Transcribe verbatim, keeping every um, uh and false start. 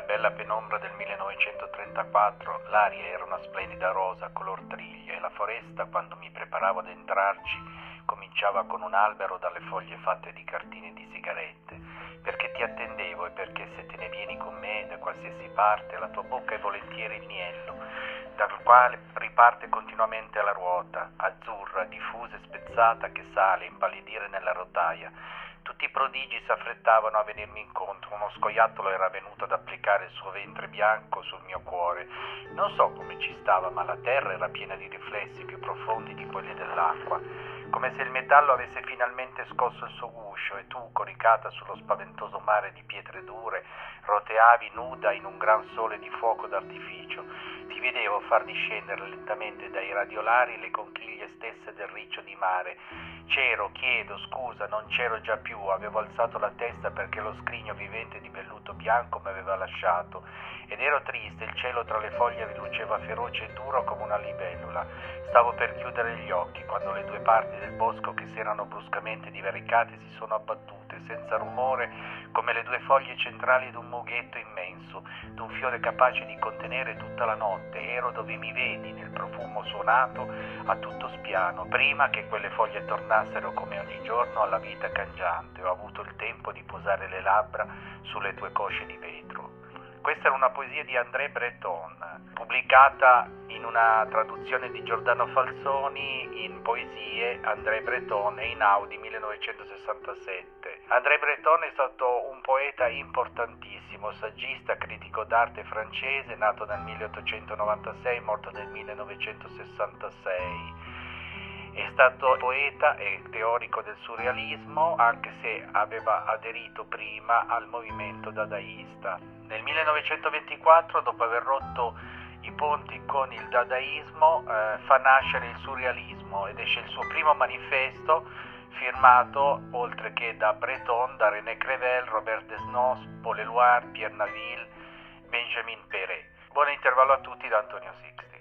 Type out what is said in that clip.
bella penombra del millenovecentotrentaquattro l'aria era una splendida rosa color triglia e la foresta, quando mi preparavo ad entrarci, cominciava con un albero dalle foglie fatte di cartine di sigarette, perché ti attendevo e perché se te ne vieni con me da qualsiasi parte la tua bocca è volentieri il niello, dal quale riparte continuamente la ruota, azzurra, diffusa e spezzata, che sale a impallidire nella rotaia. Tutti i prodigi s'affrettavano a venirmi incontro, uno scoiattolo era venuto ad applicare il suo ventre bianco sul mio cuore. Non so come ci stava, ma la terra era piena di riflessi più profondi di quelli dell'acqua, come se il metallo avesse finalmente scosso il suo guscio e tu, coricata sullo spaventoso mare di pietre dure, roteavi nuda in un gran sole di fuoco d'artificio. Ti vedevo far discendere lentamente dai radiolari le conchiglie stesse del riccio di mare. C'ero, chiedo, scusa, non c'ero già più, avevo alzato la testa perché lo scrigno vivente di velluto bianco mi aveva lasciato, ed ero triste, il cielo tra le foglie riluceva feroce e duro come una libellula. Stavo per chiudere gli occhi quando le due parti del bosco che si erano bruscamente divaricate si sono abbattute, senza rumore, come le due foglie centrali d'un mughetto immenso, d'un fiore capace di contenere tutta la notte. Ero dove mi vedi, nel profumo suonato a tutto spiano, prima che quelle foglie tornassero come ogni giorno alla vita cangiante. Ho avuto il tempo di posare le labbra sulle tue cosce di vetro. Questa era una poesia di André Breton, pubblicata in una traduzione di Giordano Falzoni in Poesie André Breton e in Audi millenovecentosessantasette. André Breton è stato un poeta importantissimo, saggista, critico d'arte francese, nato nel milleottocentonovantasei, morto nel millenovecentosessantasei. È stato poeta e teorico del surrealismo, anche se aveva aderito prima al movimento dadaista. Nel millenovecentoventiquattro, dopo aver rotto i ponti con il dadaismo, eh, fa nascere il surrealismo ed esce il suo primo manifesto, firmato, oltre che da Breton, da René Crevel, Robert Desnos, Paul Éluard, Pierre Naville, Benjamin Péret. Buon intervallo a tutti da Antonio Sixti.